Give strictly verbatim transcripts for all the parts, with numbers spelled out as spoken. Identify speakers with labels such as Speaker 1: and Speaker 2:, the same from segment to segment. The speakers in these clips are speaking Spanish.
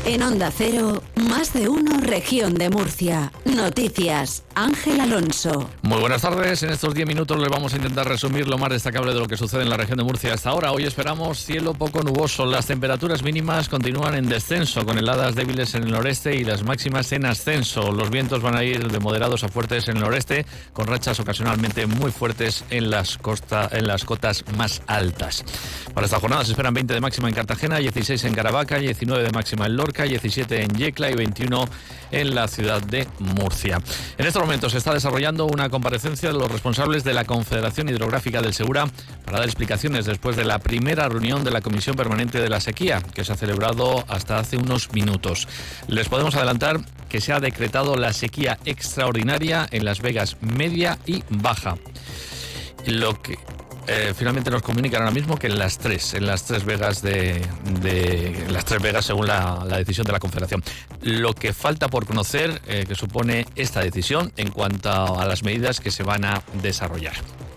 Speaker 1: En Onda Cero, más de uno, Región de Murcia. Noticias, Ángel Alonso.
Speaker 2: Muy buenas tardes. En estos diez minutos les vamos a intentar resumir lo más destacable de lo que sucede en la región de Murcia hasta ahora. Hoy esperamos cielo poco nuboso. Las temperaturas mínimas continúan en descenso, con heladas débiles en el noreste y las máximas en ascenso. Los vientos van a ir de moderados a fuertes en el noreste, con rachas ocasionalmente muy fuertes en las, costa, en las cotas más altas. Para esta jornada se esperan veinte de máxima en Cartagena, dieciséis en Caravaca, diecinueve de máxima en Lorca, diecisiete en Yecla y veintiuno en la ciudad de Murcia. En estos momentos se está desarrollando una comparecencia de los responsables de la Confederación Hidrográfica del Segura para dar explicaciones después de la primera reunión de la Comisión Permanente de la Sequía, que se ha celebrado hasta hace unos minutos. Les podemos adelantar que se ha decretado la sequía extraordinaria en Las Vegas media y baja. Lo que Eh, finalmente nos comunican ahora mismo que en las tres, en las tres Vegas de, de en las tres Vegas según la, la decisión de la Confederación. Lo que falta por conocer eh, que supone esta decisión en cuanto a las medidas que se van a desarrollar.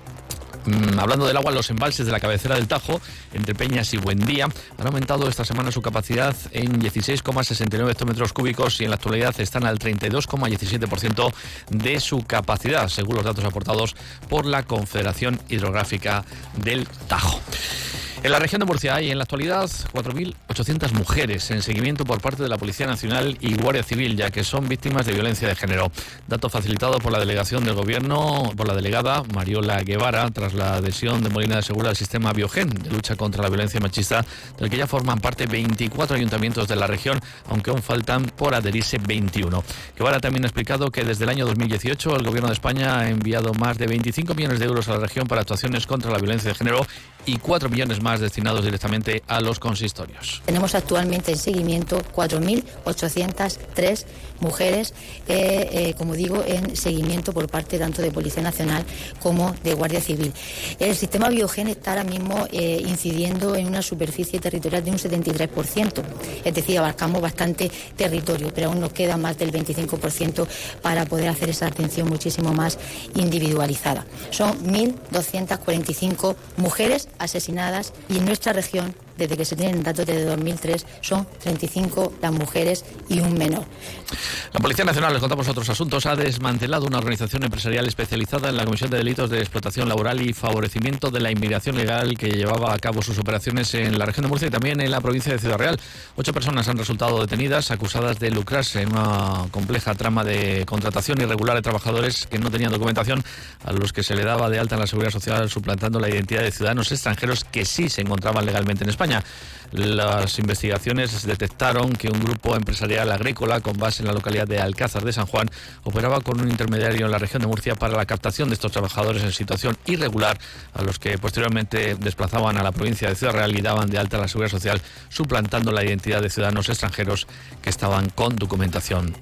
Speaker 2: Mm, hablando del agua, los embalses de la cabecera del Tajo, entre Peñas y Buendía, han aumentado esta semana su capacidad en dieciséis coma sesenta y nueve hectómetros cúbicos y en la actualidad están al treinta y dos coma diecisiete por ciento de su capacidad, según los datos aportados por la Confederación Hidrográfica del Tajo. En la región de Murcia hay en la actualidad cuatro mil ochocientas mujeres en seguimiento por parte de la Policía Nacional y Guardia Civil, ya que son víctimas de violencia de género. Dato facilitado por la delegación del Gobierno, por la delegada Mariola Guevara, tras la adhesión de Molina de Segura al sistema Biogen de lucha contra la violencia machista, del que ya forman parte veinticuatro ayuntamientos de la región, aunque aún faltan por adherirse veintiuno. Guevara también ha explicado que desde el año dos mil dieciocho el Gobierno de España ha enviado más de veinticinco millones de euros a la región para actuaciones contra la violencia de género y cuatro millones más destinados directamente a los consistorios.
Speaker 3: Tenemos actualmente en seguimiento cuatro mil ochocientas tres mujeres, eh, eh, como digo, en seguimiento por parte tanto de Policía Nacional como de Guardia Civil. El sistema Biogen está ahora mismo eh, incidiendo en una superficie territorial de un setenta y tres por ciento, es decir, abarcamos bastante territorio, pero aún nos queda más del veinticinco por ciento para poder hacer esa atención muchísimo más individualizada. Son mil doscientas cuarenta y cinco mujeres asesinadas y en nuestra región, desde que se tienen datos desde dos mil tres, son treinta y cinco las mujeres y un menor.
Speaker 2: La Policía Nacional, les contamos otros asuntos, ha desmantelado una organización empresarial especializada en la comisión de delitos de explotación laboral y favorecimiento de la inmigración legal que llevaba a cabo sus operaciones en la región de Murcia y también en la provincia de Ciudad Real. Ocho personas han resultado detenidas, acusadas de lucrarse en una compleja trama de contratación irregular de trabajadores que no tenían documentación, a los que se le daba de alta en la Seguridad Social suplantando la identidad de ciudadanos extranjeros que sí se encontraban legalmente en España. Las investigaciones detectaron que un grupo empresarial agrícola con base en la localidad de Alcázar de San Juan operaba con un intermediario en la región de Murcia para la captación de estos trabajadores en situación irregular, a los que posteriormente desplazaban a la provincia de Ciudad Real y daban de alta a la Seguridad Social, suplantando la identidad de ciudadanos extranjeros que estaban con documentación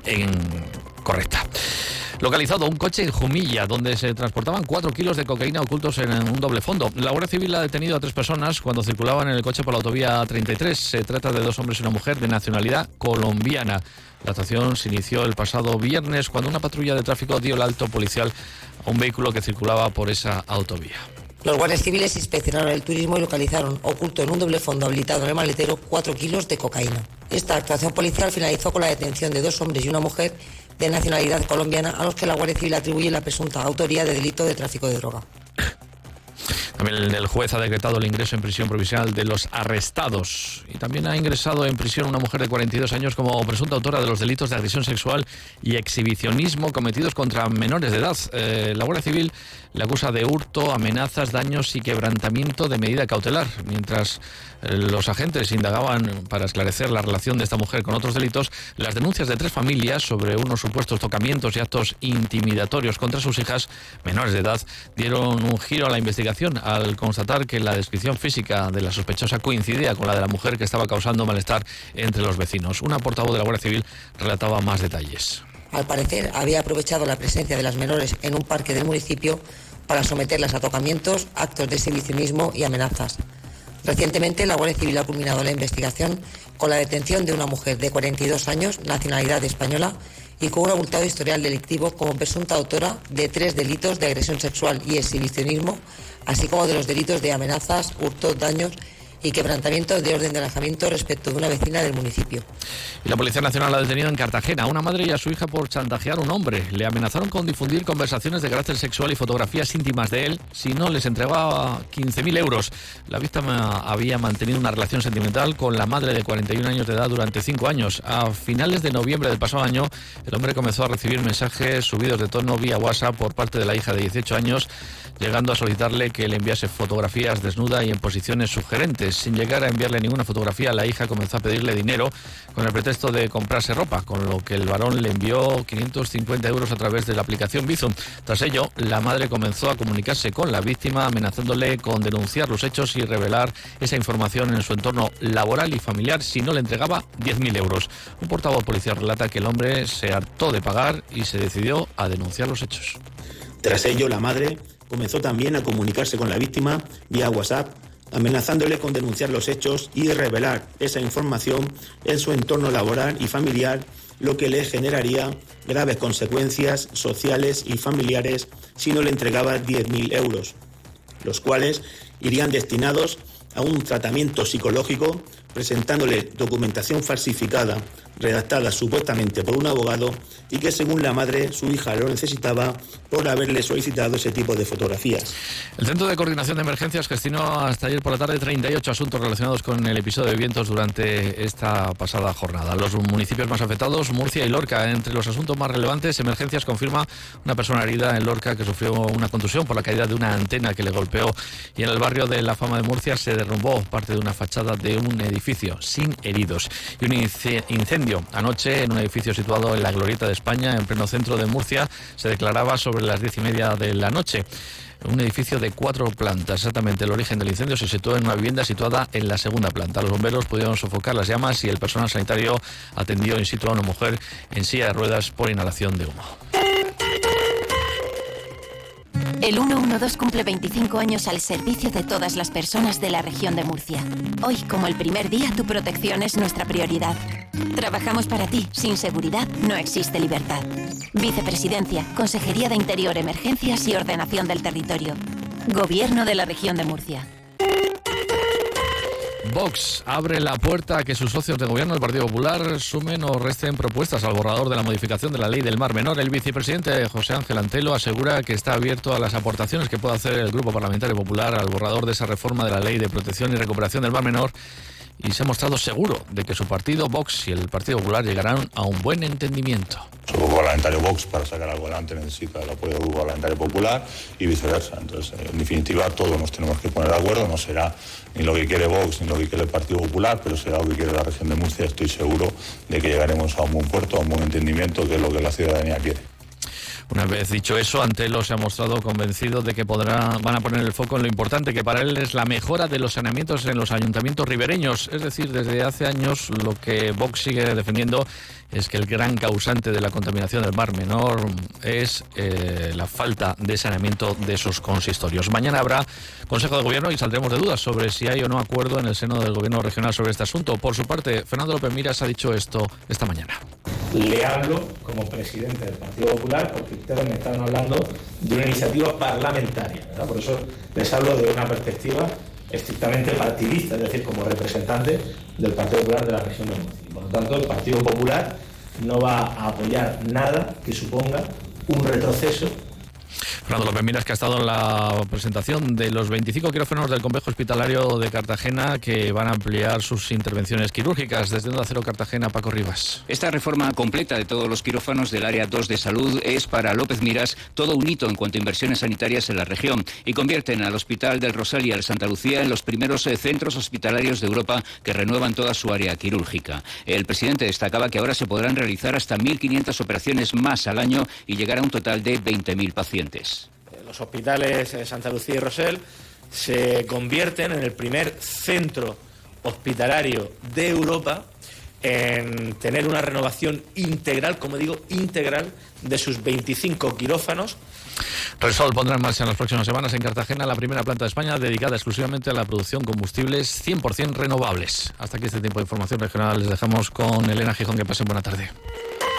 Speaker 2: incorrecta. Localizado un coche en Jumilla, donde se transportaban cuatro kilos de cocaína ocultos en un doble fondo. La Guardia Civil ha detenido a tres personas cuando circulaban en el coche por la autovía treinta y tres. Se trata de dos hombres y una mujer de nacionalidad colombiana. La actuación se inició el pasado viernes cuando una patrulla de tráfico dio el alto policial a un vehículo que circulaba por esa autovía.
Speaker 4: Los guardias civiles inspeccionaron el turismo y localizaron, oculto en un doble fondo habilitado en el maletero, cuatro kilos de cocaína. Esta actuación policial finalizó con la detención de dos hombres y una mujer de nacionalidad colombiana a los que la Guardia Civil atribuye la presunta autoría de delito de tráfico de droga.
Speaker 2: También el juez ha decretado el ingreso en prisión provisional de los arrestados y también ha ingresado en prisión una mujer de cuarenta y dos años como presunta autora de los delitos de agresión sexual y exhibicionismo cometidos contra menores de edad. Eh, la Guardia Civil le acusa de hurto, amenazas, daños y quebrantamiento de medida cautelar. Mientras eh, los agentes indagaban para esclarecer la relación de esta mujer con otros delitos, las denuncias de tres familias sobre unos supuestos tocamientos y actos intimidatorios contra sus hijas menores de edad dieron un giro a la investigación al constatar que la descripción física de la sospechosa coincidía con la de la mujer que estaba causando malestar entre los vecinos. Una portavoz de la Guardia Civil relataba más detalles.
Speaker 4: Al parecer, había aprovechado la presencia de las menores en un parque del municipio para someterlas a tocamientos, actos de exhibicionismo y amenazas. Recientemente, la Guardia Civil ha culminado la investigación con la detención de una mujer de cuarenta y dos años, nacionalidad española, y con un abultado historial delictivo como presunta autora de tres delitos de agresión sexual y exhibicionismo, así como de los delitos de amenazas, hurto, daños y quebrantamiento de orden de alojamiento respecto de una vecina del municipio.
Speaker 2: Y la Policía Nacional ha detenido en Cartagena a una madre y a su hija por chantajear a un hombre. Le amenazaron con difundir conversaciones de carácter sexual y fotografías íntimas de él si no les entregaba quince mil euros. La víctima había mantenido una relación sentimental con la madre de cuarenta y un años de edad durante cinco años. A finales de noviembre del pasado año, el hombre comenzó a recibir mensajes subidos de tono vía WhatsApp por parte de la hija de dieciocho años, llegando a solicitarle que le enviase fotografías desnuda y en posiciones sugerentes. Sin llegar a enviarle ninguna fotografía, la hija comenzó a pedirle dinero con el pretexto de comprarse ropa, con lo que el varón le envió quinientos cincuenta euros a través de la aplicación Bizum. Tras ello, la madre comenzó a comunicarse con la víctima, amenazándole con denunciar los hechos y revelar esa información en su entorno laboral y familiar si no le entregaba diez mil euros. Un portavoz policial relata que el hombre se hartó de pagar y se decidió a denunciar los hechos.
Speaker 5: Tras ello, la madre comenzó también a comunicarse con la víctima vía WhatsApp, amenazándole con denunciar los hechos y revelar esa información en su entorno laboral y familiar, lo que le generaría graves consecuencias sociales y familiares si no le entregaba diez mil euros, los cuales irían destinados a un tratamiento psicológico, presentándole documentación falsificada, redactada supuestamente por un abogado y que según la madre su hija lo necesitaba por haberle solicitado ese tipo de fotografías.
Speaker 2: El Centro de Coordinación de Emergencias gestionó hasta ayer por la tarde treinta y ocho asuntos relacionados con el episodio de vientos durante esta pasada jornada. Los municipios más afectados, Murcia y Lorca. Entre los asuntos más relevantes, Emergencias confirma una persona herida en Lorca que sufrió una contusión por la caída de una antena que le golpeó, y en el barrio de La Fama de Murcia se derrumbó parte de una fachada de un edificio sin heridos. Y un incendio anoche en un edificio situado en la Glorieta de España, en pleno centro de Murcia, se declaraba sobre las diez y media de la noche. Un edificio de cuatro plantas. Exactamente el origen del incendio se situó en una vivienda situada en la segunda planta. Los bomberos pudieron sofocar las llamas y el personal sanitario atendió in situ a una mujer en silla de ruedas por inhalación de humo.
Speaker 6: El ciento doce cumple veinticinco años al servicio de todas las personas de la región de Murcia. Hoy, como el primer día, tu protección es nuestra prioridad. Trabajamos para ti. Sin seguridad no existe libertad. Vicepresidencia, Consejería de Interior, Emergencias y Ordenación del Territorio. Gobierno de la región de Murcia.
Speaker 2: Vox abre la puerta a que sus socios de gobierno, el Partido Popular, sumen o resten propuestas al borrador de la modificación de la Ley del Mar Menor. El vicepresidente José Ángel Antelo asegura que está abierto a las aportaciones que pueda hacer el Grupo Parlamentario Popular al borrador de esa reforma de la Ley de Protección y Recuperación del Mar Menor, y se ha mostrado seguro de que su partido, Vox, y el Partido Popular llegarán a un buen entendimiento.
Speaker 7: El Grupo Parlamentario Vox, para sacar algo adelante, necesita el apoyo del Grupo Parlamentario Popular y viceversa. Entonces, en definitiva, todos nos tenemos que poner de acuerdo. No será ni lo que quiere Vox ni lo que quiere el Partido Popular, pero será lo que quiere la región de Murcia. Estoy seguro de que llegaremos a un buen puerto, a un buen entendimiento, que es lo que la ciudadanía quiere.
Speaker 2: Una vez dicho eso, Antelo se ha mostrado convencido de que podrá, van a poner el foco en lo importante que para él es la mejora de los saneamientos en los ayuntamientos ribereños. Es decir, desde hace años lo que Vox sigue defendiendo es que el gran causante de la contaminación del Mar Menor es eh, la falta de saneamiento de esos consistorios. Mañana habrá Consejo de Gobierno y saldremos de dudas sobre si hay o no acuerdo en el seno del Gobierno regional sobre este asunto. Por su parte, Fernando López Miras ha dicho esto esta mañana.
Speaker 8: Le hablo como presidente del Partido Popular porque ustedes me estaban hablando de una iniciativa parlamentaria, ¿verdad? Por eso les hablo de una perspectiva estrictamente partidista, es decir, como representante del Partido Popular de la región de Murcia. Por lo tanto, el Partido Popular no va a apoyar nada que suponga un retroceso.
Speaker 2: Fernando López Miras, que ha estado en la presentación de los veinticinco quirófanos del complejo hospitalario de Cartagena, que van a ampliar sus intervenciones quirúrgicas. Desde Onda Cero Cartagena, Paco Rivas.
Speaker 9: Esta reforma completa de todos los quirófanos del área dos de salud es para López Miras todo un hito en cuanto a inversiones sanitarias en la región y convierten al Hospital del Rosal y al Santa Lucía en los primeros centros hospitalarios de Europa que renuevan toda su área quirúrgica. El presidente destacaba que ahora se podrán realizar hasta mil quinientas operaciones más al año y llegar a un total de veinte mil pacientes.
Speaker 8: Los hospitales Santa Lucía y Rosell se convierten en el primer centro hospitalario de Europa en tener una renovación integral, como digo, integral, de sus veinticinco quirófanos.
Speaker 2: Repsol pondrá en marcha en las próximas semanas en Cartagena la primera planta de España dedicada exclusivamente a la producción de combustibles cien por ciento renovables. Hasta aquí este tiempo de información regional. Les dejamos con Elena Gijón. Que pasen buena tarde.